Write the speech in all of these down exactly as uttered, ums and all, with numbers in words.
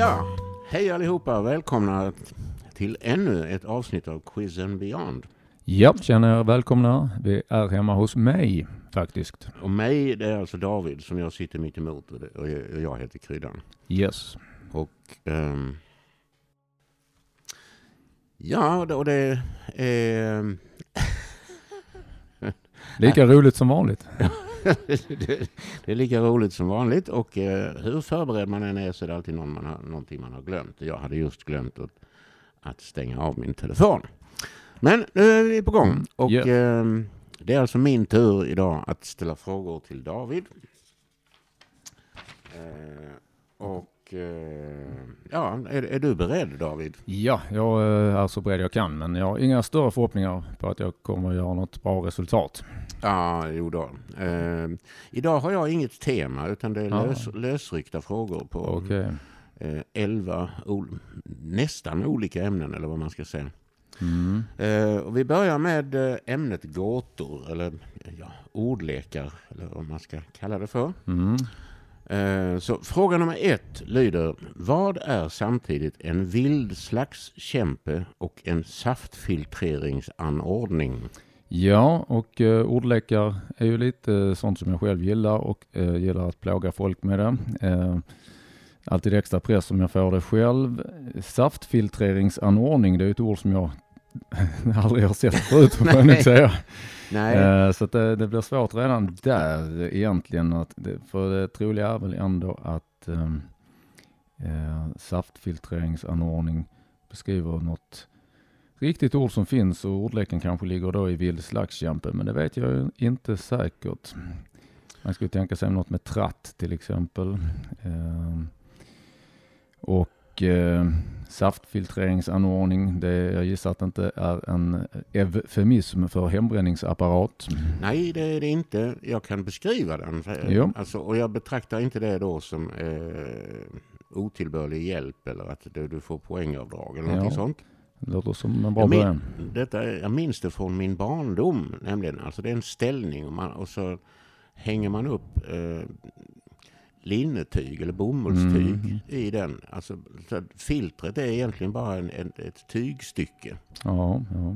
Ja, hej allihopa. Välkomna till ännu ett avsnitt av Quiz and Beyond. Ja, känner er välkomna. Vi är hemma hos mig faktiskt. Och mig, det är alltså David som jag sitter mitt emot och, det, och jag, jag heter Kryddan. Yes. Och um, ja, och det är... Lika roligt som vanligt. det, det är lika roligt som vanligt och eh, hur förberedd man än är så är det alltid någon man har, någonting man har glömt. Jag hade just glömt att, att stänga av min telefon. Men nu är vi på gång och yeah. eh, det är alltså min tur idag att ställa frågor till David. Eh, och eh, ja, är, är du beredd David? Ja, jag är så beredd jag kan, men jag har inga större förhoppningar på att jag kommer att göra något bra resultat. Ja, jo då. Eh, idag har jag inget tema utan det är ja. lös, lösryckta frågor på okay. eh, elva ol- nästan olika ämnen eller vad man ska säga. Mm. Eh, och vi börjar med eh, ämnet gåtor eller ja, ordlekar eller vad man ska kalla det för. Mm. Eh, så fråga nummer ett lyder: vad är samtidigt en vild slags kämpe och en saftfiltreringsanordning? Ja, och uh, ordlekar är ju lite uh, sånt som jag själv gillar och uh, gillar att plåga folk med det. Uh, alltid extra press om jag får det själv. Saftfiltreringsanordning, det är ett ord som jag aldrig har sett förut, får jag nog säga. Nej. Uh, så att det, det blir svårt redan där egentligen. Att det, för det troliga är väl ändå att um, uh, saftfiltreringsanordning beskriver något riktigt ord som finns och ordleken kanske ligger då i vild slagskämpe, men det vet jag ju inte säkert. Man skulle tänka sig något med tratt till exempel. Eh, och eh, saftfiltreringsanordning, det, jag gissar att det inte är en eufemism för hembränningsapparat. Nej, det är det inte. Jag kan beskriva den. Jo. Alltså, och jag betraktar inte det då som eh, otillbörlig hjälp eller att det, du får poängavdrag eller någonting ja. sånt. Det låter som en bra jag, början. min, detta, jag minns det från min barndom nämligen. Alltså det är en ställning och, man, och så hänger man upp eh, linnetyg eller bomullstyg mm. i den. Alltså så filtret är egentligen bara en, en, ett tygstycke. Ja, ja.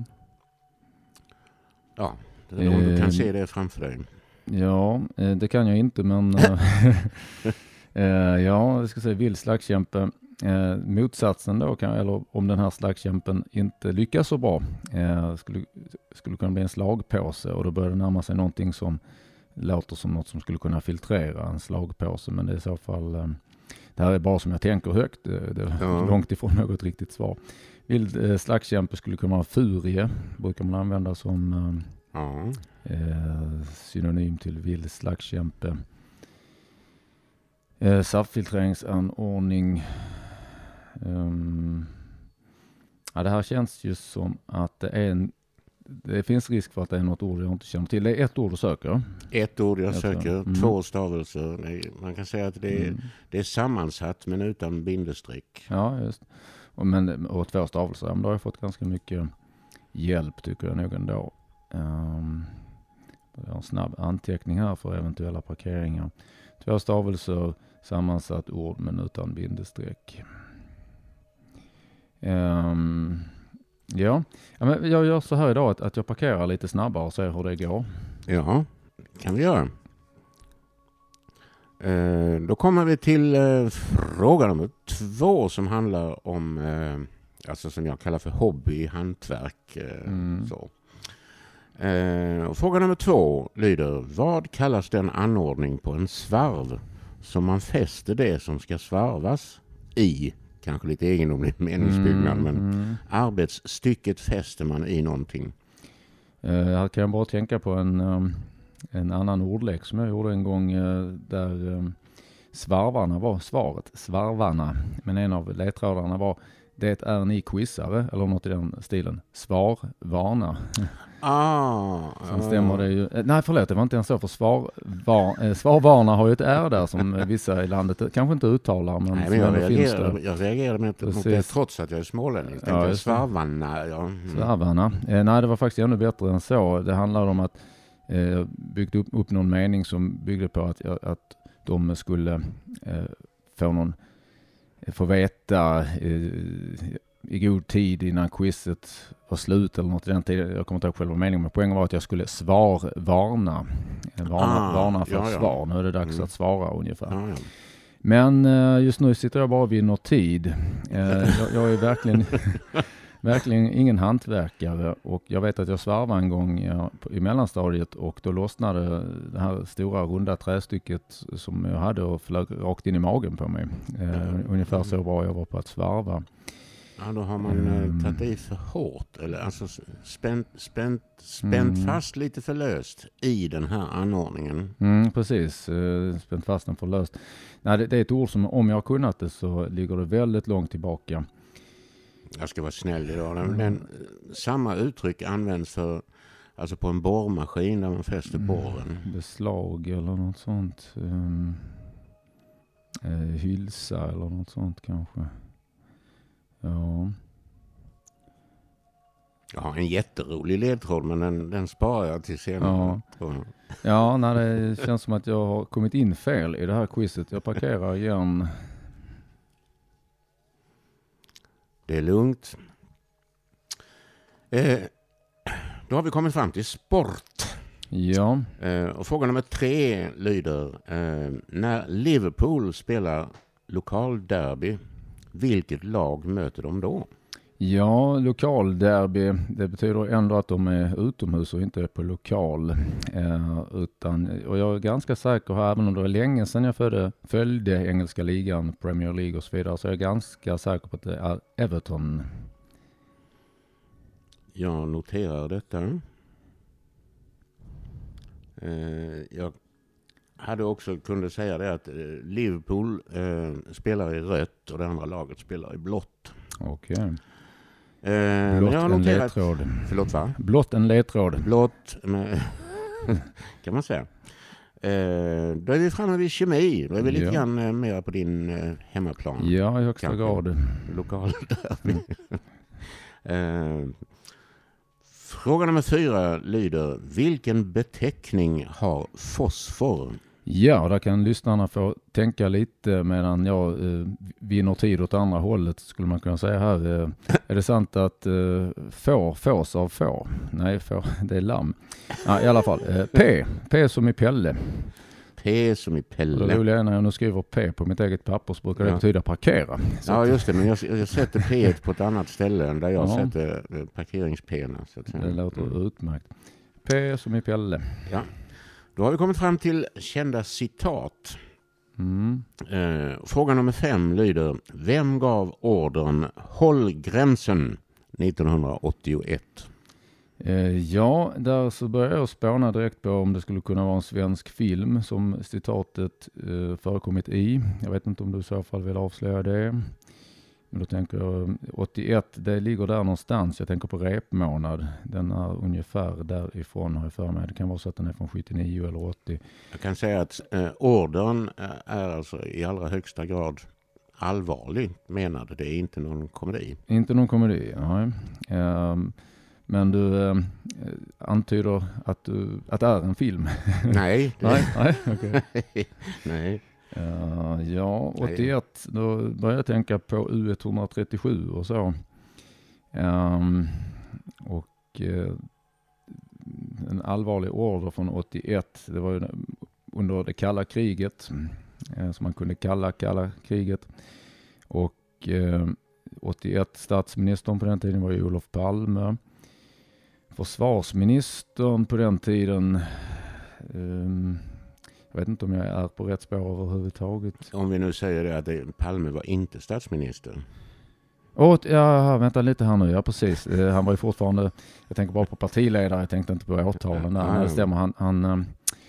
Ja, det är eh, du kan se det framför dig. Ja, det kan jag inte, men eh, ja, jag ska säga vild slagskämpe. Eh, motsatsen då, kan, eller om den här slagskämpen inte lyckas så bra, eh, skulle, skulle kunna bli en slagpåse och då börjar det närma sig någonting som låter som något som skulle kunna filtrera en slagpåse, men det är i så fall eh, det här är bara som jag tänker högt, det, det är ja. långt ifrån något riktigt svar. Vild eh, slagskämpe skulle kunna vara furie, brukar man använda som eh, ja. eh, synonym till vild slagskämpe. Eh, saftfiltreringsanordning. Um, ja, det här känns ju som att det är en, det finns risk för att det är något ord jag inte känner till. Det är ett ord du söker. Ett ord jag, jag söker, mm. två stavelser. Man kan säga att det är, mm. det är sammansatt men utan bindestreck. Ja, just. Och, men, och två stavelser. Men då har jag fått ganska mycket hjälp tycker jag nog ändå. Um, jag har en snabb anteckning här för eventuella parkeringar. Två stavelser, sammansatt ord men utan bindestreck. Um, ja, ja men jag gör så här idag att, att jag parkerar lite snabbare och ser hur det går. Ja, kan vi göra. Uh, då kommer vi till uh, fråga nummer två som handlar om, uh, alltså som jag kallar för hobby, hantverk. Uh, mm. så. Uh, och fråga nummer två lyder: vad kallas den anordning på en svarv som man fäster det som ska svarvas i? Kanske lite egendomlig meningsbyggnad, mm, men mm. arbetsstycket fäster man i någonting. Uh, här kan jag bara tänka på en, um, en annan ordlek som jag gjorde en gång uh, där um, svarvarna var svaret. Svarvarna. Men en av ledtrådarna var: det är ni quizare, eller något i den stilen. Svarvarna. Ah, Sen stämmer det ju. Nej, förlåt, det var inte ens så, för svar, var, eh, svarvarna har ju ett R där som vissa i landet kanske inte uttalar. Men, nej, men jag, reagerar, jag reagerar med mot det trots att jag är smålänning. Ja, svarvarna. Ja. Mm. Svarvarna. Eh, nej, det var faktiskt ännu bättre än så. Det handlar om att eh, byggt upp, upp någon mening som byggde på att, att de skulle eh, få någon få veta eh, i god tid innan quizet var slut eller något i den tiden. Jag kommer inte ihåg själva meningen, men poängen var att jag skulle svarvarna. Varna, Ah, varna för ja, ja. svar. Nu är det dags Mm. att svara ungefär. Ja, ja. Men eh, just nu sitter jag bara och vinner tid. Eh, jag, jag är verkligen, verkligen ingen hantverkare och jag vet att jag svarvade en gång ja, på, i mellanstadiet och då lossnade det här stora runda trästycket som jag hade och flög rakt in i magen på mig. Eh, Mm. ungefär så bra jag var på att svarva. Ja, då har man Mm. eh, tagit i för hårt, eller alltså spänt, spänt, spänt Mm. fast lite för löst i den här anordningen. Mm, precis, eh, spänt fast den för löst. Nej, det, det är ett ord som om jag har kunnat det så ligger det väldigt långt tillbaka. Jag ska vara snäll idag. Men, men eh, samma uttryck används för, alltså på en borrmaskin där man fäster borren. Beslag eller något sånt. Um, eh, hylsa eller något sånt kanske. Ja. Jag har en jätterolig ledtråd, men den, den sparar jag till senare. Ja. Ja. Ja, nej, det känns som att jag har kommit in fel i det här quizet. Jag parkerar igen. Det är lugnt. Eh, då har vi kommit fram till sport. Ja. Eh, och fråga nummer tre lyder. Eh, när Liverpool spelar lokalderby, vilket lag möter de då? Ja, lokalderby, det betyder ändå att de är utomhus och inte på lokal. Eh, utan, och jag är ganska säker här, även om det var länge sedan jag följde, följde engelska ligan, Premier League och så vidare, så är jag ganska säker på att det är Everton. Jag noterar detta. Eh, jag hade också kunnat säga det att eh, Liverpool eh, spelar i rött och det andra laget spelar i blått. Okej. Eh, men Blått jag har en noterat, ledtråd. förlåt va? Blått en ledtråd. Blått, med, kan man säga. Eh, då är vi framme vid kemi. Då är vi lite Ja. grann eh, mer på din eh, hemmaplan. Ja, i högsta Kanske. grad. Lokal derby. eh, fråga nummer fyra lyder. Vilken beteckning har fosfor? Ja, där kan lyssnarna få tänka lite medan jag eh, vinner tid åt andra hållet, skulle man kunna säga här. Eh, är det sant att eh, får fås av får? Nej, får, det är lamm. Ja, i alla fall. Eh, P. P som i Pelle. P som i Och det Pelle. roliga är när jag nu skriver P på mitt eget papper så brukar det Ja. betyda parkera. Så Ja, att just det. Men jag, jag sätter P på ett annat ställe än där jag Ja. sätter eh, parkerings-P. Så att säga. det låter Mm. utmärkt. P som i Pelle. Ja. Då har vi kommit fram till kända citat. Mm. Eh, fråga nummer fem lyder. Vem gav ordern håll gränsen nittonhundraåttioett? Eh, ja, där så börjar jag spåna direkt på om det skulle kunna vara en svensk film som citatet eh, förekommit i. Jag vet inte om du i så fall vill avslöja det. Men då tänker jag åttioett, det ligger där någonstans. Jag tänker på repmånad. Den är ungefär därifrån har jag för mig. Det kan vara så att den är från sjuttionio eller åttio. Jag kan säga att eh, ordern är alltså i allra högsta grad allvarlig menad. Det är inte någon komedi. Inte någon komedi, nej. Um, men du eh, antyder att, du, att det är en film. Nej. Det, nej, nej, okej. nej. Uh, ja, åttioett, då började jag tänka på U etthundratrettiosju och så. Um, och uh, en allvarlig order från åttioett, det var ju under det kalla kriget, uh, som man kunde kalla kalla kriget. Och uh, åttioett, statsministern på den tiden var ju Olof Palme. Försvarsministern på den tiden, um, jag vet inte om jag är på rätt spår överhuvudtaget. Om vi nu säger det att det, Palme var inte statsminister. Åh, ja, vänta lite här nu. Ja, precis. Eh, han var ju fortfarande, jag tänker bara på partiledare, jag tänkte inte på åtalen där. Ja, Det stämmer, han, han, eh,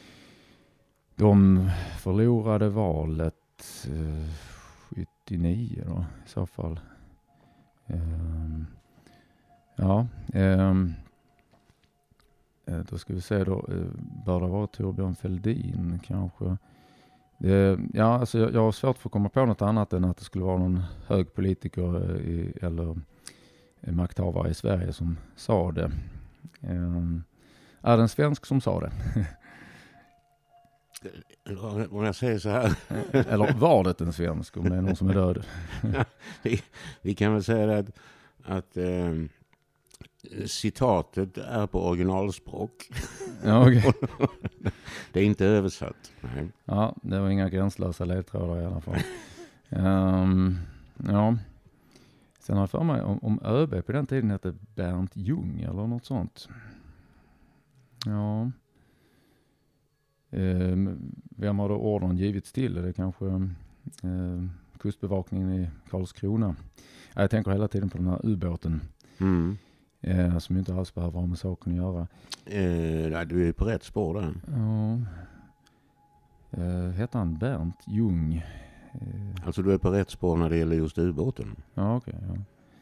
de förlorade valet eh, sjuttionio då, i så fall. Eh, ja, eh, då ska vi se då, bör det vara Torbjörn Fälldin kanske. Det, ja, alltså jag, jag har svårt för att komma på något annat än att det skulle vara någon hög politiker i, eller makthavare i Sverige som sa det. Um, är det en svensk som sa det? Om jag säger så här. Eller var det en svensk om det är någon som är död? vi, vi kan väl säga att, att eh, citatet är på originalspråk. Ja, okay. Det är inte översatt. Nej. Ja, det var inga gränslösa ledtrådar i alla fall. um, ja. Sen har jag för mig om, om ÖB på den tiden hette Bernt Ljung eller något sånt. Ja. Um, vem har då ordern givits till? Är det kanske um, kustbevakningen i Karlskrona? Ja, jag tänker hela tiden på den här ubåten. Mm. Uh, som inte alls behöver ha med saken att göra. Uh, nej, du är på rätt spår där. Ja. Uh, heter han Bernt Ljung? Uh, alltså du är på rätt spår när det gäller just ubåten. Ja, okej. Okay, ja.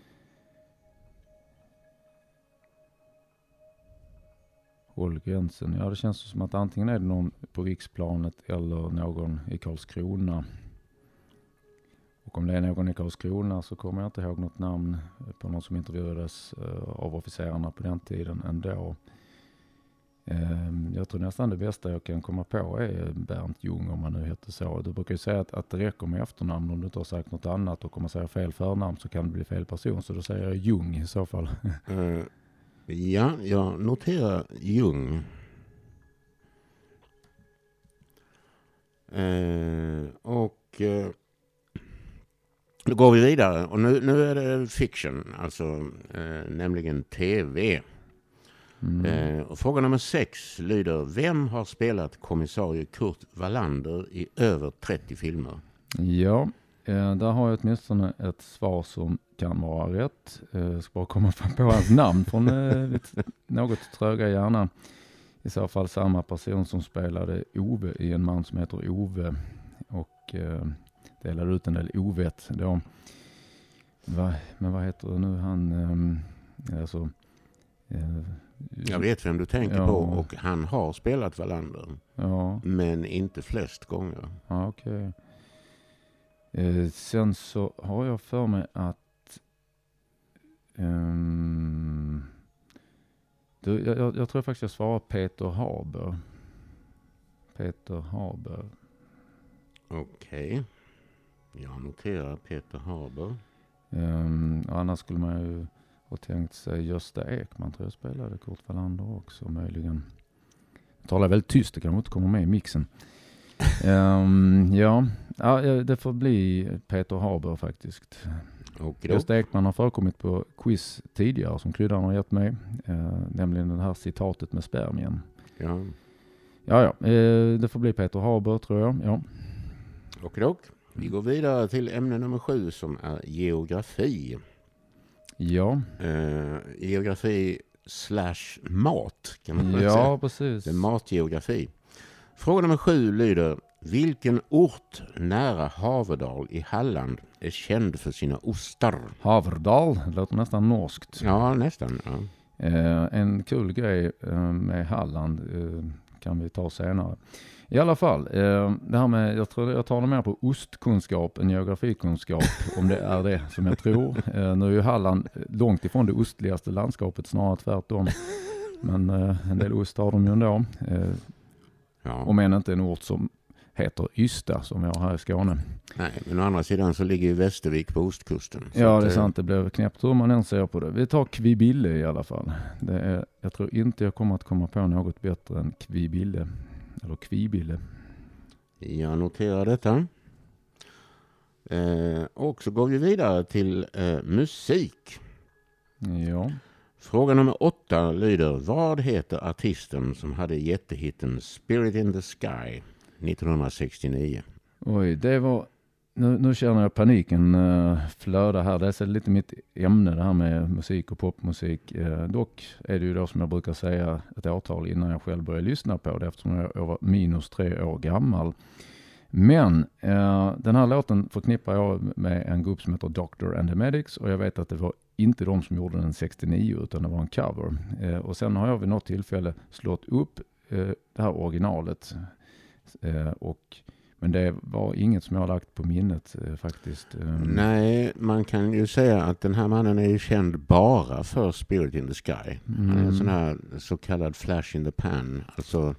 Håll gränsen. Ja, det känns som att antingen är det någon på riksplanet eller någon i Karlskrona. Och om det är någon i Karlskrona så kommer jag inte ihåg något namn på någon som intervjuades uh, av officerarna på den tiden ändå. Um, jag tror nästan det bästa jag kan komma på är Bernt Ljung, om man nu heter så. Du brukar ju säga att, att det räcker med efternamn om du inte har sagt något annat, och om man säger fel förnamn så kan det bli fel person, så då säger jag Ljung i så fall. uh, ja, jag noterar Ljung. Uh, och uh, då går vi vidare, och nu, nu är det fiction, alltså uh, nämligen tv. Mm. Eh, och fråga nummer sex lyder: vem har spelat kommissarie Kurt Wallander i över trettio filmer? Ja, eh, där har jag åtminstone ett svar som kan vara rätt. Jag eh, ska bara komma på hans namn från eh, något tröga hjärna. I så fall samma person som spelade Ove i En man som heter Ove, och eh, delade ut en del ovett då. Va, men vad heter det nu han? Eh, alltså... Eh, Jag vet vem du tänker ja. på, och han har spelat Wallander. Ja. Men inte flest gånger. Ja, okej. Okay. Eh, sen så har jag för mig att um, du, jag, jag, jag tror faktiskt jag svarar Peter Haber. Peter Haber. Okej. Okay. Jag noterar Peter Haber. Um, annars skulle man ju och tänkt sig Gösta Ekman, tror jag spelade Kurt Wallander också möjligen. Jag talar väldigt tyst, det kanske inte kommer med i mixen. um, ja. ja, det får bli Peter Haber faktiskt. Gösta Ekman har förekommit på quiz tidigare som Kryddan har gett mig. Uh, nämligen det här citatet med spermien. Ja, ja, ja uh, det får bli Peter Haber, tror jag. Ja. Och dock, vi går vidare till ämne nummer sju som är geografi. Ja. Uh, geografi slash mat kan man ja, säga. Ja, precis. Det är matgeografi. Fråga nummer sju lyder: vilken ort nära Haverdal i Halland är känd för sina ostar? Haverdal, det låter nästan norskt. Ja, nästan. Ja. Uh, en kul grej uh, med Halland uh, kan vi ta senare. I alla fall, eh, det här med, jag tror jag tar det mer på ostkunskap än geografikunskap, om det är det som jag tror. Eh, nu är ju Halland långt ifrån det ostligaste landskapet, snarare tvärtom. Men eh, en del ost har de ju ändå. Eh, ja. Om än inte en ort som heter Ystad som vi har här i Skåne. Nej, men å andra sidan så ligger ju Västervik på ostkusten. Ja, det är sant. Det blir knäppt hur man än ser på det. Vi tar Kvibille i alla fall. Det är, jag tror inte jag kommer att komma på något bättre än Kvibille. Eller Kvibille. Jag noterar detta. Eh, och så går vi vidare till eh, musik. Ja. Fråga nummer åtta lyder: vad heter artisten som hade jättehitten Spirit in the Sky nittonhundrasextionio? Oj, det var... Nu, nu känner jag paniken uh, flöda här. Det är lite mitt ämne, det här med musik och popmusik. Uh, dock är det ju då som jag brukar säga ett årtal innan jag själv börjar lyssna på det, eftersom jag, jag var minus tre år gammal. Men uh, den här låten förknippar jag med en grupp som heter Doctor and the Medics, och jag vet att det var inte de som gjorde den sextionio utan det var en cover. Uh, och sen har jag vid något tillfälle slått upp uh, det här originalet uh, och men det var inget som jag har lagt på minnet eh, faktiskt. Nej, man kan ju säga att den här mannen är ju känd bara för Spirit in the Sky. Mm. Han är en sån här så kallad flash in the pan. Alltså,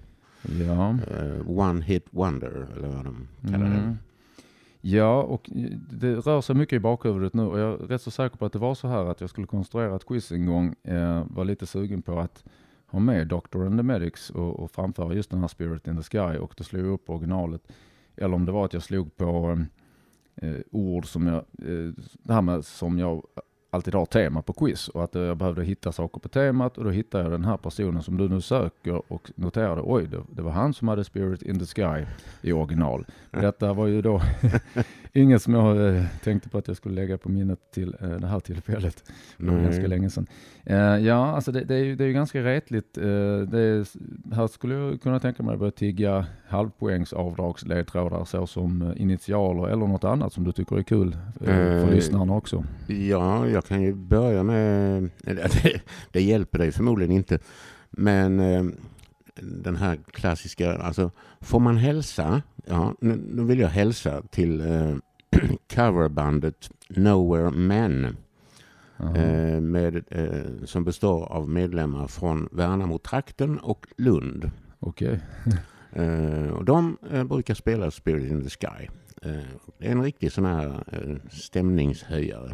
Ja. Uh, one hit wonder, eller vad de kallar Mm. det. Ja, och det rör sig mycket i bakhuvudet nu och jag är rätt så säker på att det var så här att jag skulle konstruera ett quiz en gång. Eh, var lite sugen på att ha med Doctor and the Medics och, och framföra just den här Spirit in the Sky, och då slog jag upp originalet. Eller om det var att jag slog på eh, ord som jag, eh, det här med som jag alltid har tema på quiz, och att jag behövde hitta saker på temat, och då hittade jag den här personen som du nu söker och noterade, oj, det, det var han som hade Spirit in the Sky i original. Men detta var ju då inget som jag eh, tänkte på att jag skulle lägga på minnet till eh, det här tillfället. Det var ganska länge sedan. Eh, ja, alltså det, det, är ju, det är ju ganska rätligt. Eh, det är, här skulle jag kunna tänka mig att börja tigga halvpoängs avdragsledtrådar så som eh, initialer eller något annat som du tycker är kul eh, för Eh, lyssnarna också. Ja, jag kan ju börja med... Det, det hjälper dig förmodligen inte. Men eh, den här klassiska... Alltså, får man hälsa? Ja, nu, nu vill jag hälsa till eh, coverbandet Nowhere Men. Eh, med, eh, som består av medlemmar från Värnamo-trakten och Lund. Okej. Eh, och de eh, brukar spela Spirit in the Sky. Eh, det är en riktig sån här eh, stämningshöjare.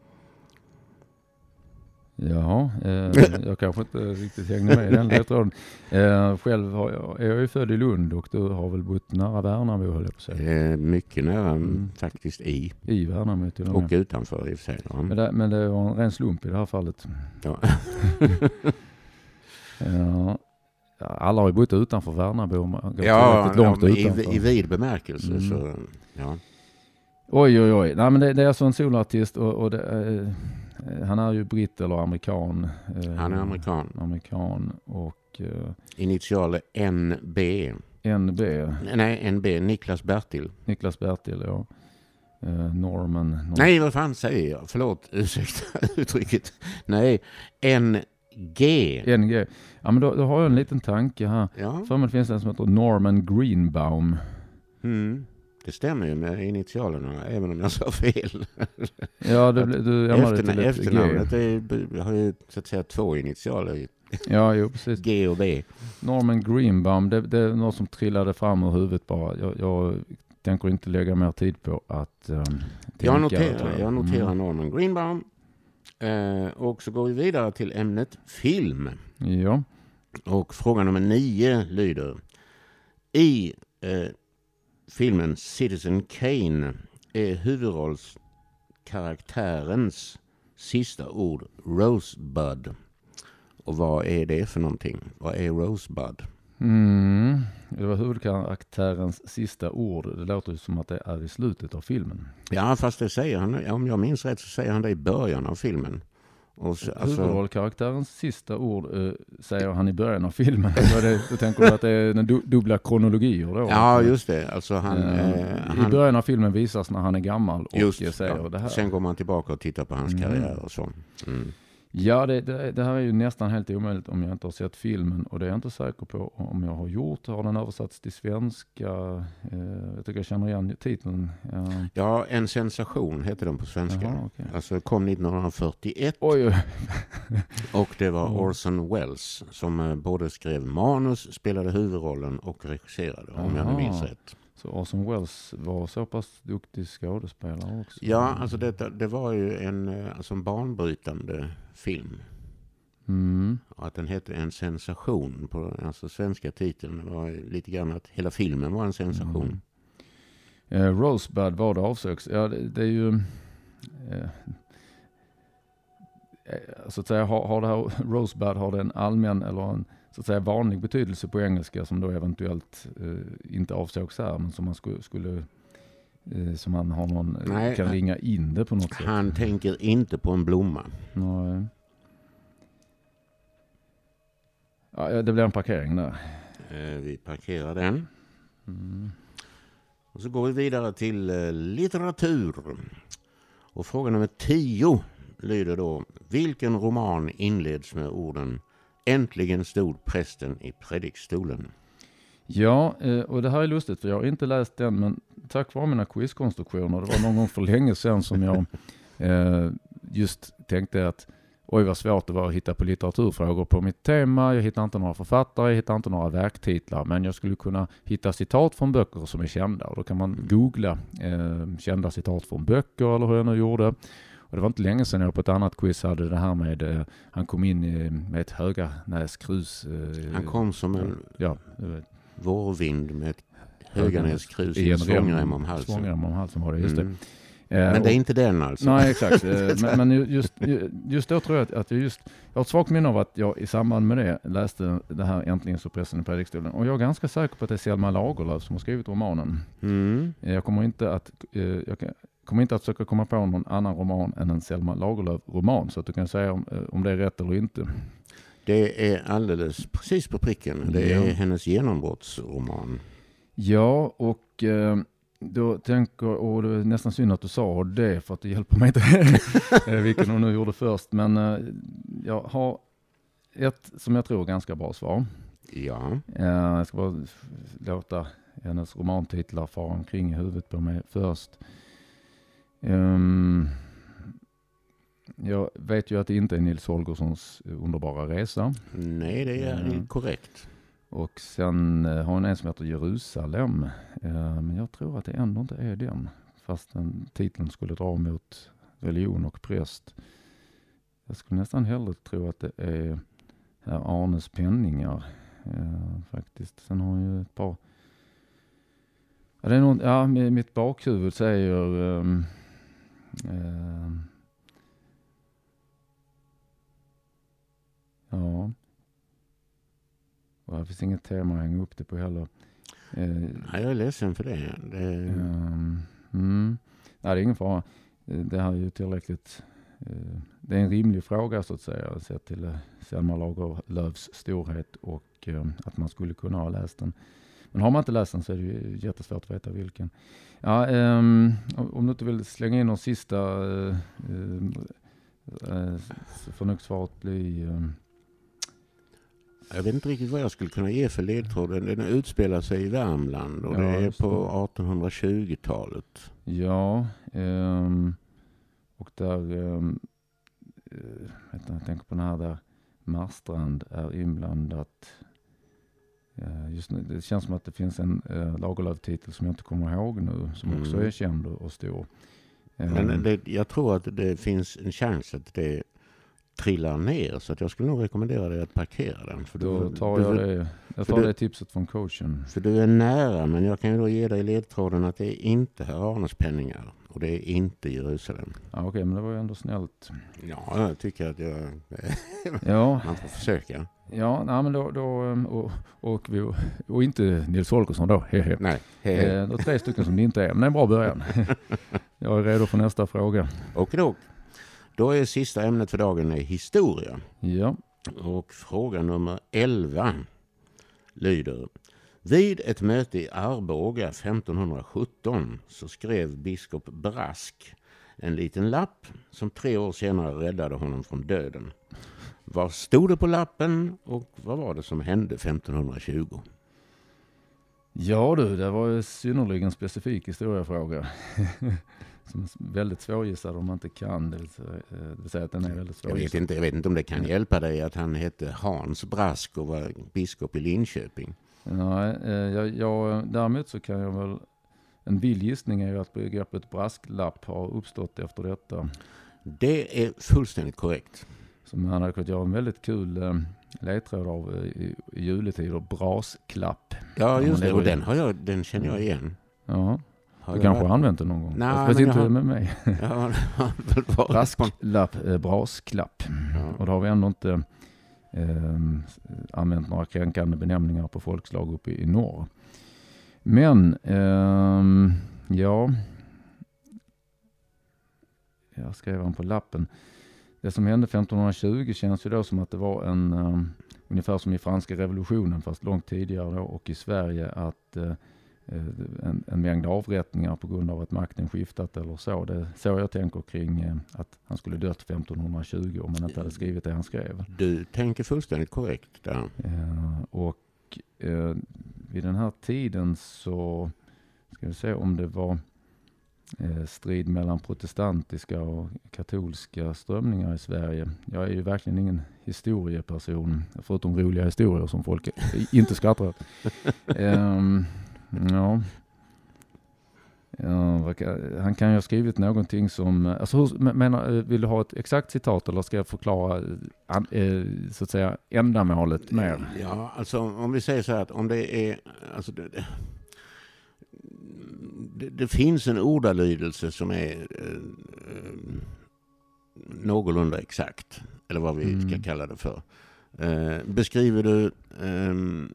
Ja, eh, jag kanske inte riktigt hängde med i den ledtråden. Eh, själv har jag, är jag ju född i Lund och du har väl bott nära Värnamo, höll jag på att säga. Eh, mycket nära Mm. faktiskt i. I Värnamo till och med. Och utanför i och för sig. Ja. Men det, men det var en ren slump i det här fallet. Ja. Ja, alla har ju bott utanför Värnamo. Man går Ja, tillräckligt långt ja, utanför. i, i vid bemärkelse. Mm. Så, ja. Oj, oj, oj. Nej, men det, det är alltså en solartist och, och det, eh, han är ju britt eller amerikan. Eh, Han är amerikan. Amerikan och eh, Initialer N B. N B. Nej, N B. Niklas Bertil. Niklas Bertil, ja. Eh, Norman. Norman. Nej, vad fan säger jag? Förlåt, ursäkta uttrycket. Nej, N G. N G. Ja, men då, då har jag en liten tanke här. Ja. För mig finns det en som heter Norman Greenbaum. Mm. Det stämmer ju med initialerna, även om jag sa fel. Ja, du, du ämnade Eftern, till ett G. efternamnet är, har ju så att säga två initialer. Ja, jo, precis. G och B. Norman Greenbaum, det, det är något som trillade fram ur huvudet bara. Jag, jag tänker inte lägga mer tid på att um, tänka. Jag noterar, jag noterar Mm. Norman Greenbaum. Eh, och så går vi vidare till ämnet film. Ja. Och fråga nummer nio lyder: I eh, filmen Citizen Kane är huvudrollskaraktärens sista ord Rosebud. Och vad är det för någonting? Vad är Rosebud? Mm. Det var huvudkaraktärens sista ord. Det låter ju som att det är i slutet av filmen. Ja, fast det säger han, om jag minns rätt så säger han det i början av filmen. Och så, alltså, huvudrollkaraktärens sista ord eh, säger han i början av filmen. Då, det, då tänker du att det är den du, dubbla kronologier då? ja, just det. Alltså han, eh, eh, I han, början av filmen visas när han är gammal och just, säger ja. det här. Sen går man tillbaka och tittar på hans Mm. karriär och så. Mm. Ja, det, det, det här är ju nästan helt omöjligt om jag inte har sett filmen, och det är jag inte säker på om jag har gjort. Har den översatts till svenska? Eh, jag tycker jag känner igen titeln. Ja, Ja, En sensation heter den på svenska. Jaha, okay. Alltså kom nittonhundrafyrtioett. Oj, oj. Och det var Mm. Orson Welles som eh, både skrev manus, spelade huvudrollen och regisserade, om jag nu Aha. minns rätt. Så Orson Welles var så pass duktig skådespelare också. Ja, alltså det, det var ju en, eh, alltså en banbrytande film. Mm. Och att den hette En sensation på alltså svenska titeln var lite grann att hela filmen var en sensation. Mm. Eh, Rosebud, vad det avsöks. Ja, det, det är ju... Eh, så att säga, har, har det här Rosebud, har det en allmän eller en så att säga vanlig betydelse på engelska som då eventuellt eh, inte avsågs här, men som man skulle, skulle eh, som man har någon, Nej, kan ringa in det på något sätt. Han tänker inte på en blomma. Nej. Ja, det blir en parkering där. Eh, vi parkerar den. Mm. Och så går vi vidare till eh, litteratur. Och fråga nummer tio lyder då: vilken roman inleds med orden "Äntligen stod prästen i predikstolen"? Ja, eh, och det här är lustigt för jag har inte läst den, men tack vare mina quizkonstruktioner, det var någon gång för länge sedan som jag eh, just tänkte att oj vad svårt det var att hitta på litteraturfrågor på mitt tema. Jag hittar inte några författare, jag hittar inte några verktitlar. Men jag skulle kunna hitta citat från böcker som är kända. Och då kan man googla eh, kända citat från böcker eller hur jag nu gjorde. Och det var inte länge sedan jag på ett annat quiz hade det här med, eh, han kom in i, med ett Höganäskrus. Eh, han kom som en ja, vårvind med ett Höganäskrus i en svångrem om halsen. Svångrem om halsen var det, just mm. det. Men det är inte den alltså. Nej, exakt. men, men just, just då tror jag att, att jag just, jag har ett svagt minne av att jag i samband med det läste det här Äntligen så pressen i predikstolen. Och jag är ganska säker på att det är Selma Lagerlöf som har skrivit romanen. Mm. Jag kommer inte att, jag kommer inte att försöka komma på någon annan roman än en Selma Lagerlöf-roman. Så att du kan säga om, om det är rätt eller inte. Det är alldeles precis på pricken. Det är ja. hennes genombrottsroman. Ja, och... Då tänker, och det är nästan synd att du sa det för att det hjälper mig inte vilken hon nu gjorde först. Men jag har ett som jag tror är ganska bra svar. Ja. Jag ska bara låta hennes romantitlar fara omkring i huvudet på mig först. Um, jag vet ju att det inte är Nils Holgerssons underbara resa. Nej, det är mm. korrekt. Och sen har hon en som heter Jerusalem. Eh, men jag tror att det ändå inte är den. Fast den titeln skulle dra mot religion och präst. Jag skulle nästan hellre tro att det är här Arnes penningar. Eh, faktiskt. Sen har hon ju ett par... Ja, det är någon, ja mitt bakhuvud säger... Um, uh, ja... Det finns inget tema att hänga upp det på heller. Eh, Nej, jag är ledsen för det. det... Um, mm. Nej, det är ingen fara. Det här är ju tillräckligt... Eh, det är en rimlig fråga så att säga. Sett till eh, Selma Lagerlöfs storhet och eh, att man skulle kunna ha läst den. Men har man inte läst den så är det ju jättesvårt att veta vilken. Ja, eh, om du inte vill slänga in någon sista eh, eh, så får nog svaret bli... Eh, Jag vet inte riktigt vad jag skulle kunna ge för ledtråden. Den utspelar sig i Värmland och ja, det är på artonhundratjugotalet. Ja, um, och där, um, vet inte, jag tänker på den här där Marstrand är inblandat. Uh, just nu, det känns som att det finns en uh, Lagerlöf-titel som jag inte kommer ihåg nu, som mm. också är känd och, och stor. Um, Men det, jag tror att det finns en chans att det trillar ner, så att jag skulle nog rekommendera dig att parkera den. För då du, tar du, jag det, jag tar du, det tipset från coachen. För du är nära, men jag kan ju då ge dig ledtråden att det är inte herr Arnes penningar och det är inte Jerusalem. Ja, okej, okay, men det var ju ändå snällt. Ja, jag tycker att jag ja. man får försöka. Ja, nej, men då, då och, och, vi, och inte Nils Holgersson då. Hehe. Nej, hehe. Eh, då tre stycken som det inte är, men det är en bra början. Jag är redo för nästa fråga. Och då Då är sista ämnet för dagen är historia. Ja. Och fråga nummer elva lyder: vid ett möte i Arboga femtonhundrasjutton så skrev biskop Brask en liten lapp som tre år senare räddade honom från döden. Vad stod det på lappen och vad var det som hände femtonhundratjugo? Ja du, det var en synnerligen specifik historiefråga. Som är väldigt svårgissad om man inte kan. Det vill säga, det vill säga att den är väldigt svårgissad. Jag vet inte, jag vet inte om det kan hjälpa dig att han hette Hans Brask och var biskop i Linköping. Nej, jag, jag, däremot så kan jag väl... En vild gissning är ju att begreppet brasklapp har uppstått efter detta. Det är fullständigt korrekt. Som han hade kunnat göra en väldigt kul eh, ledtråd av i, i juletider. Brasklapp. Ja, just det. Och den, har jag, den känner jag igen. Ja. Har du kanske har använt den någon gång? Nej, jag vet inte har, med mig. Ja, brasklapp, eh, brasklapp. Ja. Och då har vi ändå inte eh, använt några kränkande benämningar på folkslag uppe i, i norr. Men, eh, ja... Jag skrev han på lappen. Det som hände femtonhundratjugo känns ju då som att det var en... Uh, ungefär som i franska revolutionen, fast långt tidigare då, och i Sverige att... Uh, En, en mängd avrättningar på grund av att makten skiftat eller så. Det är så jag tänker kring eh, att han skulle dött femtonhundratjugo om han inte hade skrivit det han skrev. Du tänker fullständigt korrekt där. Eh, och eh, vid den här tiden så ska vi se om det var eh, strid mellan protestantiska och katolska strömningar i Sverige. Jag är ju verkligen ingen historieperson, förutom roliga historier som folk inte skrattar åt. um, ja. Ja, han kan ju ha skrivit någonting som, alltså hur, menar, vill du ha ett exakt citat eller ska jag förklara så att säga ändamålet mer? Ja, alltså om vi säger så här att om det är, alltså det, det, det finns en ordalydelse som är eh, någorlunda exakt, eller vad vi mm. ska kalla det för. Eh, beskriver du eh,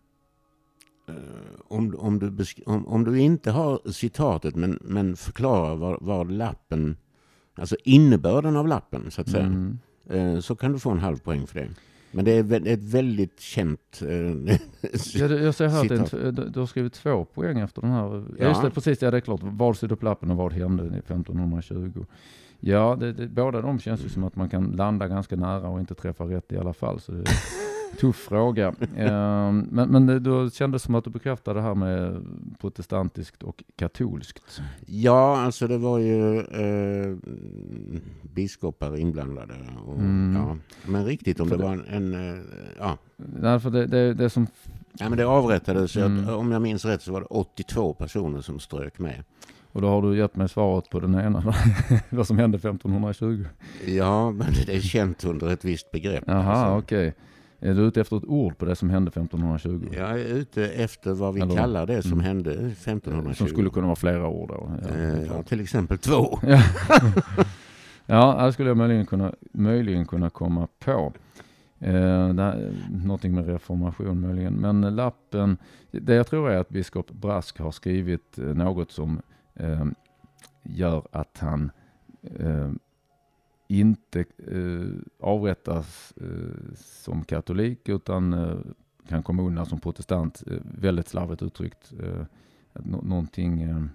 Om, om, du besk- om, om du inte har citatet men, men förklarar vad, vad lappen, alltså innebörden av lappen så att säga, mm. eh, så kan du få en halv poäng för det. Men det är vä- ett väldigt känt eh, ja, det, jag ser här att en, du har skrivit två poäng efter den här. Ja. Just det, precis, ja det är klart. Vad sydde upp lappen och vad hände femton tjugo? Ja, det, det, båda de känns ju som att man kan landa ganska nära och inte träffa rätt i alla fall. Så det tuff fråga. Eh, men, men då kändes som att du bekräftade det här med protestantiskt och katolskt. Ja, alltså det var ju eh, biskopar inblandade. Och, mm. ja. Men riktigt om för det, det var en... en eh, ja. Därför det, det, det som... Ja, men det avrättades. Mm. Att, om jag minns rätt så var det åttiotvå personer som strök med. Och då har du gett mig svaret på den ena. Vad som hände femton tjugo. Ja, men det är känt under ett visst begrepp. Jaha, alltså. Okej. Okay. Är du ute efter ett ord på det som hände femton tjugo? Jag är ute efter vad vi Eller, kallar det som mm. hände femton tjugo. Som skulle kunna vara flera ord då. Ja, eh, ja, till exempel två. Ja, det skulle jag möjligen kunna, möjligen kunna komma på. Eh, där, någonting med reformation möjligen. Men lappen, det jag tror är att biskop Brask har skrivit eh, något som eh, gör att han eh, inte eh, avrättas eh, som katolik utan eh, kan komma undan som protestant. Eh, väldigt slarvigt uttryckt. Eh, nå- någonting, eh,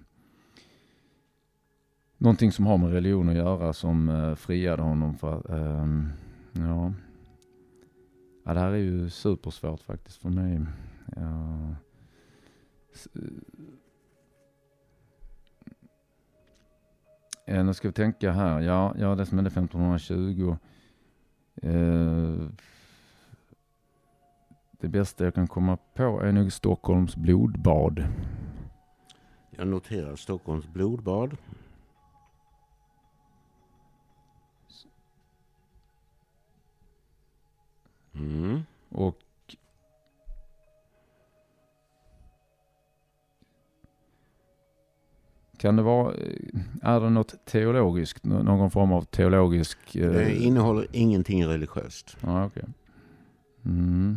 någonting som har med religion att göra som eh, friade honom. För, eh, ja. ja, det här är ju supersvårt faktiskt för mig. Ja. S- Eh, nu ska vi tänka här. Ja, ja det som hände femton tjugo. Eh, det bästa jag kan komma på är nog Stockholms blodbad. Jag noterar Stockholms blodbad. Mm. Och kan det vara, är det något teologiskt, någon form av teologisk... Eh... Det innehåller ingenting religiöst. Ja, okej. Okay. Mm.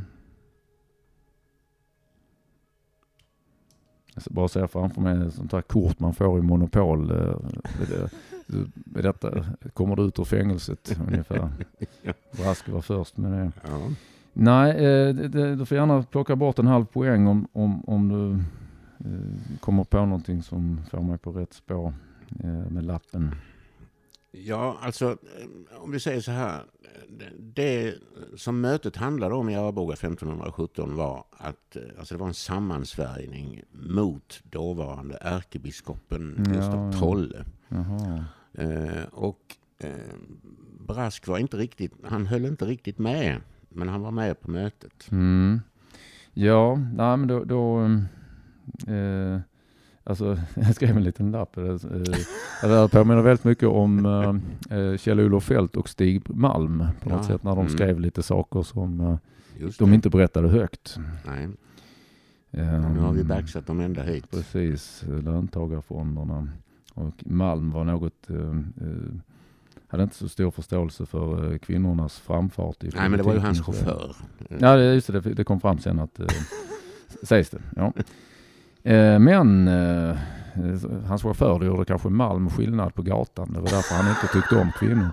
Jag bara ser framför mig sånt här kort man får i Monopol. Det, det, detta kommer du ut ur fängelset ungefär. Ja. Brask var först med det. Ja. Nej, det, det, du får gärna plocka bort en halv poäng om, om, om du kommer på någonting som får mig på rätt spår med lappen. Ja, alltså om vi säger så här. Det som mötet handlade om i Arboga femton sjutton var att alltså det var en sammansvärjning mot dåvarande ärkebiskopen Gustav Trolle. Jaha. Eh, och eh, Brask var inte riktigt, han höll inte riktigt med, men han var med på mötet. Mm. Ja, nej, men då, då eh, alltså jag skrev en liten lapp. Eh, det påminner väldigt mycket om eh, Kjell-Olof Fält och Stig Malm på något ja. sätt när de skrev mm. lite saker som eh, de inte berättade högt. Nej. Um, nu har vi backsat dem ända hit. Precis, löntagarfonderna. Och Malm var något, eh, eh, hade inte så stor förståelse för eh, kvinnornas framfart. I Nej, men det var ju hans chaufför. Ja, det, just det, det kom fram sen att, eh, sägs det, ja. Eh, men eh, hans chaufför det gjorde kanske Malm skillnad på gatan. Det var därför han inte tyckte om kvinnor.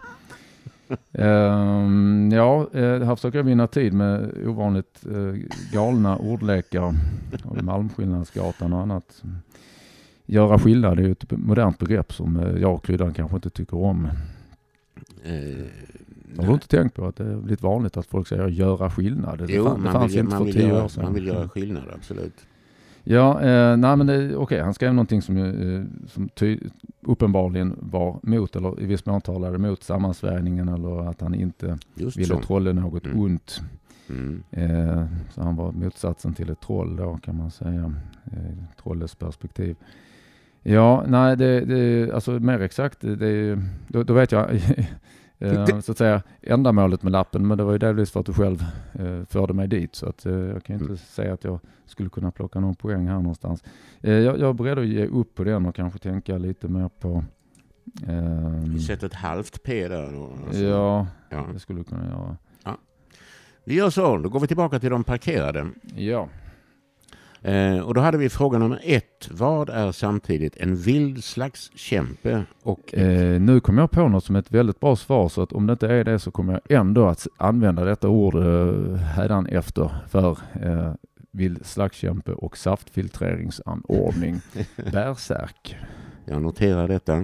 Uh, ja, uh, här försöker jag vinna tid med ovanligt uh, galna ordlekar av Malmskillnadsgatan och annat. Göra skillnad är ju ett modernt begrepp som uh, jag och Kryddan kanske inte tycker om. Uh, har du inte tänkt på att det är lite vanligt att folk säger göra skillnad? Det, jo, fann, det man, fanns vill, inte man, för vill tio göra, år sedan. Man vill göra skillnad, absolut. Ja, eh, nej men okej, okay, han skrev någonting som, eh, som ty, uppenbarligen var mot, eller i viss mån talade mot sammansvärjningen, eller att han inte Just ville så. trolla något Mm. ont. Mm. Eh, så han var motsatsen till ett troll då, kan man säga, eh, trollets perspektiv. Ja, nej, det, det alltså mer exakt, det, då, då vet jag eh, så att säga ändamålet med lappen, men det var ju delvis för att du själv eh, förde mig dit, så att eh, jag kan inte Mm. säga att jag skulle kunna plocka någon poäng här någonstans. Eh, jag, jag är beredd att ge upp på den och kanske tänka lite mer på eh, Vi sätter ett halvt P där då. Alltså. ja, Ja. det skulle kunna göra. Vi gör så, då går vi tillbaka till de parkerade. Ja. Eh, och då hade vi fråga nummer ett. Vad är samtidigt en vild slags kämpe och... Eh, nu kommer jag på något som är ett väldigt bra svar, så att om det inte är det så kommer jag ändå att använda detta ord eh, hädan efter för eh, vild slagskämpe och saftfiltreringsanordning. Bärsärk. Jag noterar detta.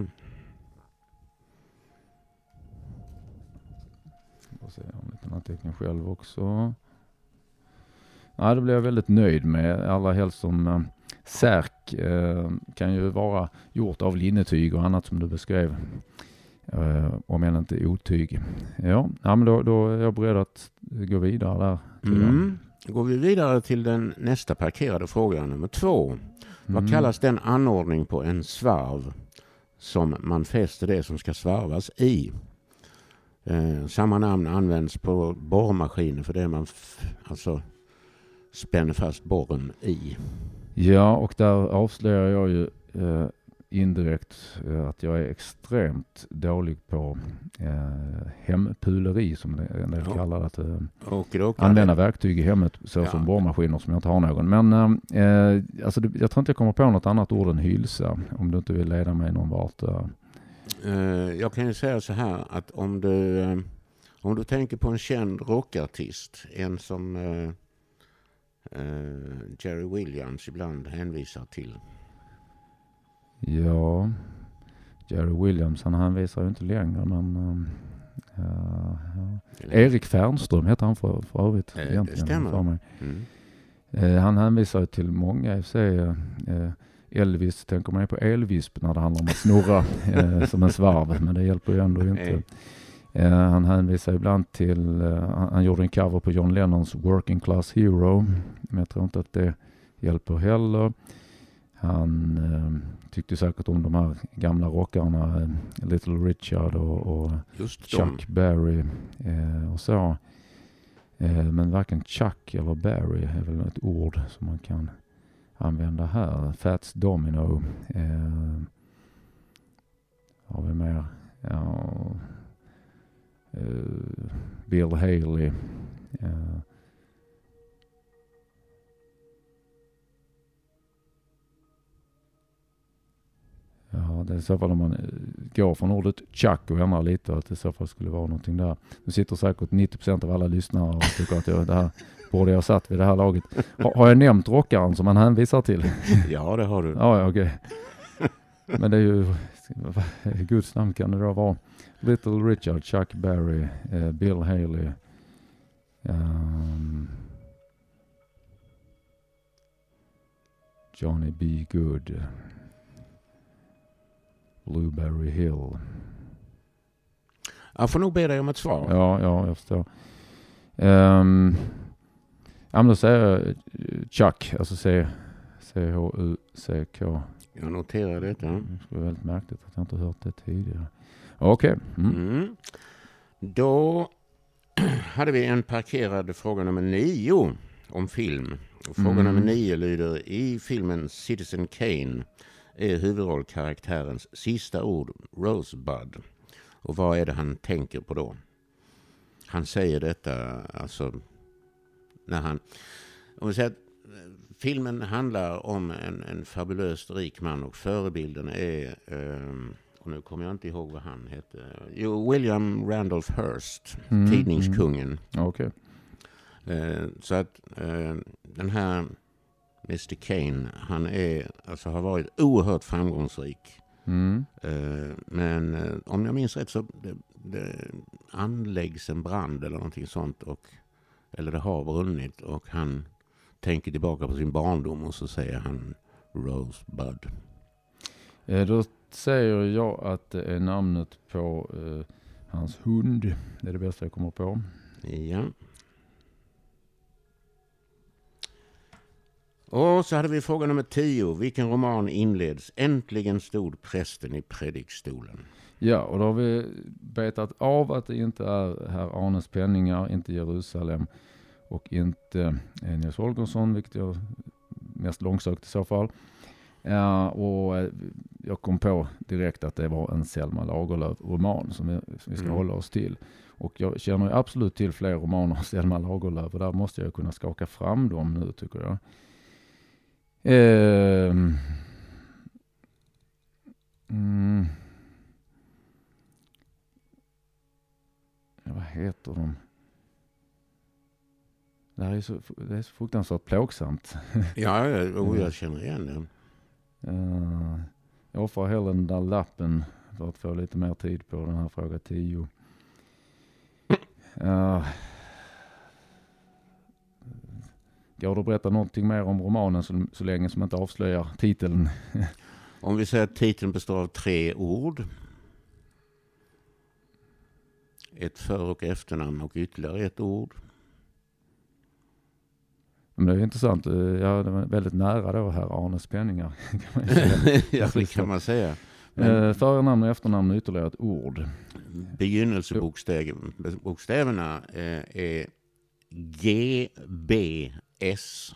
Jag ser en liten anteckning själv också. Ja, det blir jag väldigt nöjd med. Allra helst som eh, särk eh, kan ju vara gjort av linnetyg och annat som du beskrev. Eh, om än inte otyg. Ja, ja men då, då är jag beredd att gå vidare där. Mm. Då går vi vidare till den nästa parkerade frågan, nummer två. Mm. Vad kallas den anordning på en svarv som man fäster det som ska svarvas i? Eh, samma namn används på borrmaskiner för det man f- alltså spänner fast borren i. Ja, och där avslöjar jag ju eh, indirekt eh, att jag är extremt dålig på eh, hempuleri, som en del Ja. kallar det. Att, eh, Och då använda verktyg i hemmet så Ja. som borrmaskiner som jag inte har någon. Men eh, alltså, jag tror inte jag kommer på något annat ord än hylsa, om du inte vill leda mig någon vart. Eh. Eh, jag kan ju säga så här att om du, eh, om du tänker på en känd rockartist, en som eh, eh, Jerry Williams ibland hänvisar till. Ja, Jerry Williams, han hänvisar ju inte längre, men uh, uh, ja. Erik Fernström heter han för, för övrigt. Eh, det stämmer. För mig. Mm. Uh, han hänvisar ju till många, i sig, uh, Elvis, tänker man ju på elvisp när det handlar om att snurra uh, som en svarv, men det hjälper ju ändå inte. Uh, han hänvisar ibland till, uh, han, han gjorde en cover på John Lennons Working Class Hero, men jag tror inte att det hjälper heller. Han eh, tyckte säkert om de här gamla rockarna, eh, Little Richard och, och Chuck Berry eh, och så. Eh, men varken Chuck eller Berry är väl ett ord som man kan använda här. Fats Domino. Eh, har vi mer? Ja, eh, Bill Haley. Eh, Ja, det är i så fall om man går från ordet Chuck och ändrar lite, att det i så fall skulle vara någonting där. Nu sitter säkert nittio procent av alla lyssnare och tycker att jag, det här borde jag ha satt vid det här laget. Har, har jag nämnt rockaren som han hänvisar till? Ja, det har du. Ja, okej. Okay. Men det är ju, i Guds namn kan det då vara Little Richard, Chuck Berry, eh, Bill Haley, um, Johnny B. Good, Blueberry Hill. Jag får nog be dig om ett svar. Ja, ja, jag förstår. Um, ja, men då säger jag Chuck, alltså C H U C K. Jag noterar detta. Det skulle vara väldigt märkligt att jag inte hört det tidigare. Okej. Okay. Mm. Mm. Då hade vi en parkerad fråga nummer nio om film. Och fråga mm. nummer nio lyder: i filmen Citizen Kane är huvudrollkaraktärens sista ord Rosebud. Och vad är det han tänker på då? Han säger detta alltså när han... Om vi säger att filmen handlar om en, en fabulöst rik man och förebilden är... Um, och nu kommer jag inte ihåg vad han heter. Jo, William Randolph Hearst, mm, tidningskungen. Mm. Okay. Uh, så att uh, den här mister Kane, han är, alltså, har varit oerhört framgångsrik. Mm. Uh, men uh, om jag minns rätt så det, det anläggs en brand eller någonting sånt, och, eller det har brunnit, och han tänker tillbaka på sin barndom och så säger han Rosebud. Eh, då säger jag att det är namnet på eh, hans hund. Det är det bästa jag kommer på. Ja. Och så hade vi fråga nummer tio. Vilken roman inleds? Äntligen stod prästen i predikstolen. Ja, och då har vi betat av att det inte är herr Arnes penningar, inte Jerusalem och inte Nils Holgersson, vilket jag mest långsökt i så fall. Ja, och jag kom på direkt att det var en Selma Lagerlöf-roman som vi, som vi ska mm. hålla oss till. Och jag känner absolut till fler romaner av Selma Lagerlöf och där måste jag kunna skaka fram dem nu, tycker jag. Eh, mm, ja, vad heter de? Det här är så, det är så fruktansvärt plågsamt. Ja, jag, jag känner igen det. Uh, jag offrar hellre den där lappen för att få lite mer tid på den här fråga tio. Uh, går det att berätta någonting mer om romanen så, så länge som inte avslöjar titeln? Om vi säger att titeln består av tre ord. Ett för- och efternamn och ytterligare ett ord. Men det är intressant. Ja, det var väldigt nära då här Arnes penningar. Ja, det kan man säga. Men förnamn och efternamn och ytterligare ett ord. Begynnelsebokstäverna är G, B, S.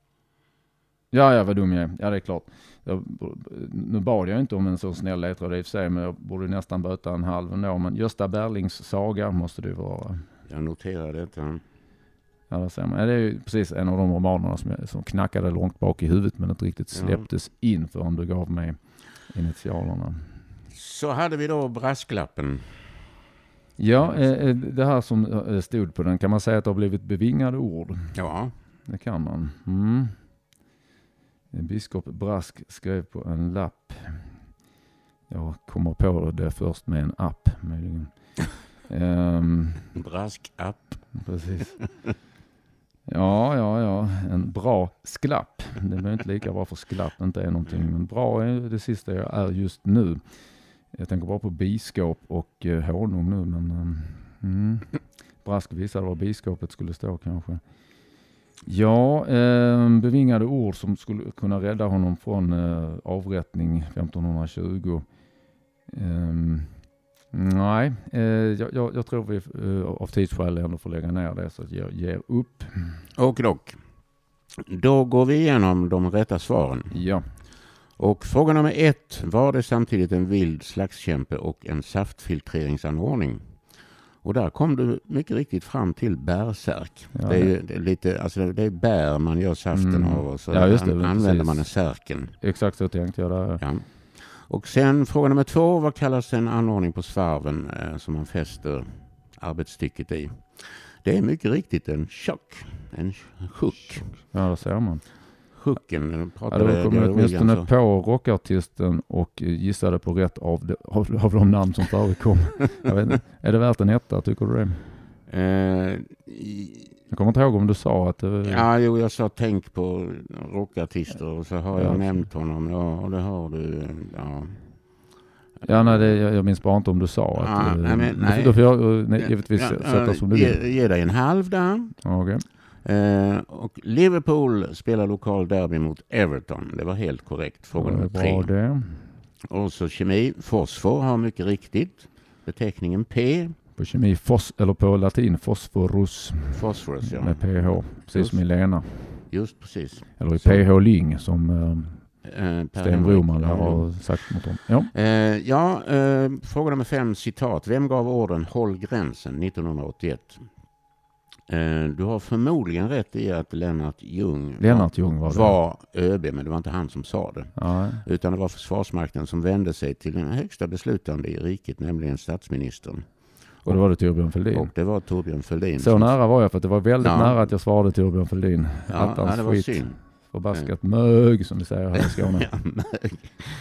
Ja, ja, vad dum jag är. Ja, det är klart. Jag, nu bad jag inte om en så snäll ledtråd i och för sig, men jag borde nästan böta en halv ändå. Men Gösta Berlings saga måste det vara. Jag noterar detta. Ja, det, ser man. Ja, det är ju precis en av de romanerna som, jag, som knackade långt bak i huvudet men inte riktigt släpptes ja. in förrän du gav mig initialerna. Så hade vi då brasklappen. Ja, eh, det här som stod på den, kan man säga att det har blivit bevingade ord? Ja. Det kan man. Mm. En biskop Brask skrev på en lapp. Jag kommer på det först med en app möjligen. um, Brask-app. Precis. Ja, ja, ja. En bra sklapp. Det blir inte lika bra för sklapp inte är någonting. Men bra är det sista jag är just nu. Jag tänker bara på biskop och eh, honung nu. Men um, mm. Brask visade var biskopet skulle stå kanske. Ja, eh, bevingade ord som skulle kunna rädda honom från eh, avrättning femton tjugo. Eh, nej, eh, jag, jag tror vi eh, av tidsskäl ändå får lägga ner det så att jag ger upp. Och dock. Då går vi igenom de rätta svaren. Ja. Och fråga nummer ett. Var det samtidigt en vild slagskämpe och en saftfiltreringsanordning? Och där kom du mycket riktigt fram till bärsärk. Ja, det, är, det är lite, alltså det är bär man gör saften mm. av och så ja, just det, an, använder precis. Man en särken. Exakt så tänkte jag där. Ja. Och sen fråga nummer två. Vad kallas en anordning på svarven eh, som man fäster arbetsstycket i? Det är mycket riktigt en chock. En hook. Ja, det ser man. Hooken. Ja, det kom åtminstone så. På rockartisten och gissade på rätt av de, av, av de namn som förekom. Jag vet inte, är det värt en etta, tycker du det? Eh, i, jag kommer inte ihåg om du sa att det... Ja, jo, jag sa tänk på rockartister och så har jag ja, nämnt honom. Ja, och det har du. Ja, ja nej, det, jag, jag minns bara inte om du sa att... Ja, nej, men, nej. Då får jag nej, givetvis ja, sätta som du vill. Ge, ge dig en halv där. Okej. Okay. Eh, och Liverpool spelar lokal derby mot Everton. Det var helt korrekt. Fråga nummer tre. Det. Och så kemi. Fosfor har mycket riktigt beteckningen P. På kemi, fos, eller på latin, fosforus. Fosforus, ja. Med pH, precis Just. som i Lena. Just precis. Eller i så. pH-ling som eh, Sten Broman har sagt mot dem. Ja, eh, ja eh, fråga nummer fem, citat. Vem gav orden håll gränsen nittonhundraåttioett? Du har förmodligen rätt i att Lennart Ljung Lennart Ljung var, var ÖB, men det var inte han som sa det. Ja. Utan det var Försvarsmakten som vände sig till den högsta beslutande i riket, nämligen statsministern. Och då var det Torbjörn Fälldin. Och det var Torbjörn Fälldin. Så som... nära var jag, för att det var väldigt ja. nära att jag svarade Torbjörn Fälldin. Ja, ja det var synd. Förbaskat mög, som vi säger här i Skåne. Ja, mög.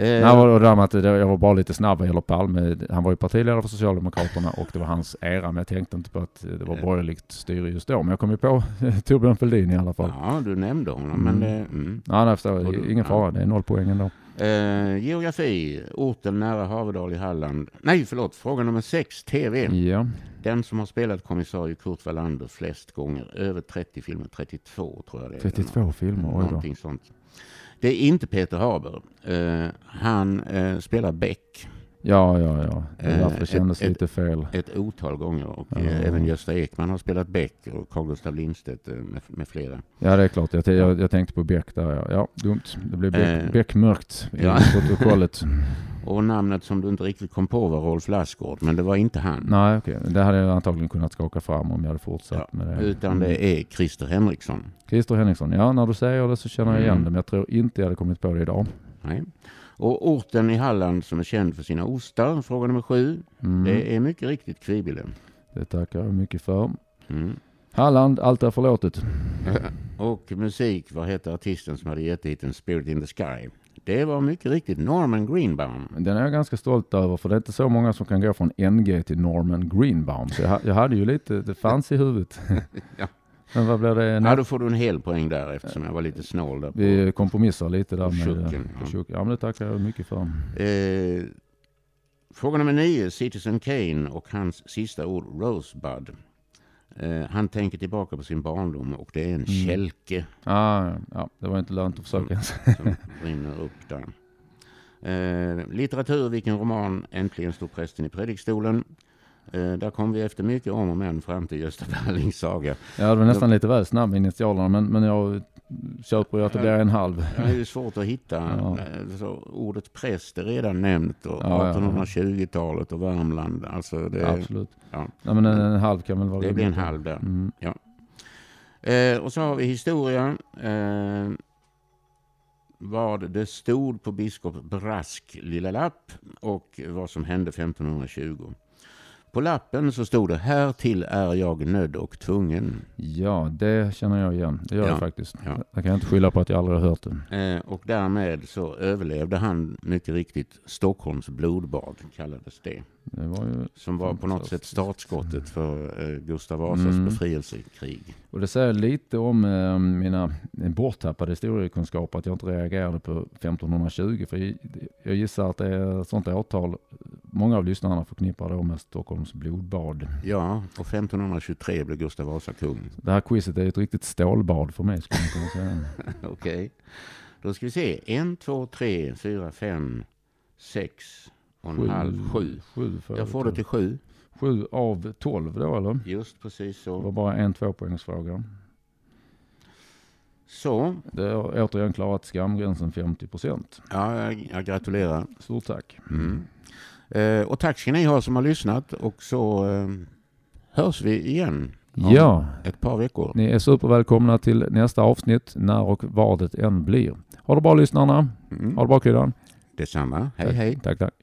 Eh, Nej, och det med att jag var bara lite snabb vad gäller Palme. Han var ju partiledare för Socialdemokraterna och det var hans era, men jag tänkte inte på att det var borgerligt styre just då. Men jag kom ju på Torbjörn Fälldin i alla fall. Ja, du nämnde honom. Mm. Men det, mm. Ja, jag förstår. Ingen ja. fara. Det är noll poäng ändå. Eh, geografi. Orten nära Haverdal i Halland. Nej, förlåt. Fråga nummer sex. T V. Ja. Den som har spelat kommissarie Kurt Wallander flest gånger. Över trettio filmer. trettiotvå tror jag det är. trettiotvå filmer. Någonting sånt. Det är inte Peter Haber. Uh, han uh, spelar Beck. Ja, ja, ja. Det är därför uh, kändes ett, lite fel. Ett, ett otal gånger. Och ja. uh, även Gösta Ekman har spelat Beck och Carl Gustaf Lindstedt uh, med, med flera. Ja, det är klart. Jag, jag, jag tänkte på Beck där. Ja, ja dumt. Det blev Beck, uh, Beck mörkt i ja. protokollet. Och namnet som du inte riktigt kom på var Rolf Lassgård, men det var inte han. Nej, okej. Okay. Det hade jag antagligen kunnat skaka fram om jag hade fortsatt ja, med det. Utan det är Christer Henriksson. Christer Henriksson, ja, när du säger det så känner jag igen mm. det, men jag tror inte jag hade kommit på det idag. Nej. Och orten i Halland som är känd för sina ostar, fråga nummer sju, mm. det är mycket riktigt Kvibille. Det tackar jag mycket för. Mm. Halland, allt är förlåtet. Och musik, vad heter artisten som hade gett hit en Spirit in the Sky? Det var mycket riktigt Norman Greenbaum. Den är jag ganska stolt över, för det är inte så många som kan gå från N G till Norman Greenbaum. Så jag, jag hade ju lite, det fanns i huvudet. Ja. Men vad blev det? Ja, då får du en hel poäng där eftersom jag var lite snål där. På, vi kompromissar lite där med tjucken, ja. ja, men det tackar jag mycket för. Eh, fråga nummer nio, Citizen Kane och hans sista ord Rosebud. Uh, han tänker tillbaka på sin barndom och det är en mm. kälke. Ah, ja, det var inte lönt att försöka. Som, som rinner upp där. Uh, litteratur, vilken roman? Äntligen stod prästen i predikstolen. Uh, där kom vi efter mycket om och men fram till Gösta Berlings saga. Ja, det var nästan lite väl snabb initialerna, men, men jag köper ju att det blir en halv. Ja, det är svårt att hitta. Ja. Så, ordet präst är redan nämnt och ja, artonhundratjugotalet och Värmland. Alltså det, absolut. Ja. Ja, men en, en halv kan väl vara det. Det blir en halv där. Mm. Ja. Eh, och så har vi historia. Eh, vad det stod på biskop Brask lilla lapp och vad som hände femtonhundratjugo. På lappen så stod det: här till är jag nödd och tvungen. Ja, det känner jag igen. Det gör ja, jag faktiskt. Ja. Jag kan inte skylla på att jag aldrig har hört det. Eh, och därmed så överlevde han mycket riktigt Stockholms blodbad, kallades det. Det var ju som var på något sätt startskottet för eh, Gustav Vasas mm. befrielsekrig. Och det säger lite om eh, mina borttappade historiekunskaper att jag inte reagerade på femtonhundratjugo. För jag, jag gissar att det är ett sånt årtal många av lyssnarna förknippar då med Stockholms blodbad. Ja, och femtonhundratjugotre blev Gustav Vasa kung. Det här quizet är ett riktigt stålbad för mig, skulle man kunna säga. Okej. Okay. Då ska vi se. En, två, tre, fyra, fem, sex och en sju, halv, sju. sju jag får det till sju. Sju av tolv då, eller? Just precis så. Det var bara en tvåpoängsfråga. Så. Det har återigen klarat skamgränsen femtio procent. Ja, jag, jag gratulerar. Stort tack. Mm. Eh, och tack ska ni ha som har lyssnat. Och så eh, hörs vi igen om ja. ett par veckor. Ni är supervälkomna till nästa avsnitt, när och vad det än blir. Ha det bra, lyssnarna. Mm. Ha det bra, Kryddan. Detsamma. Hej, tack. hej. Tack, tack.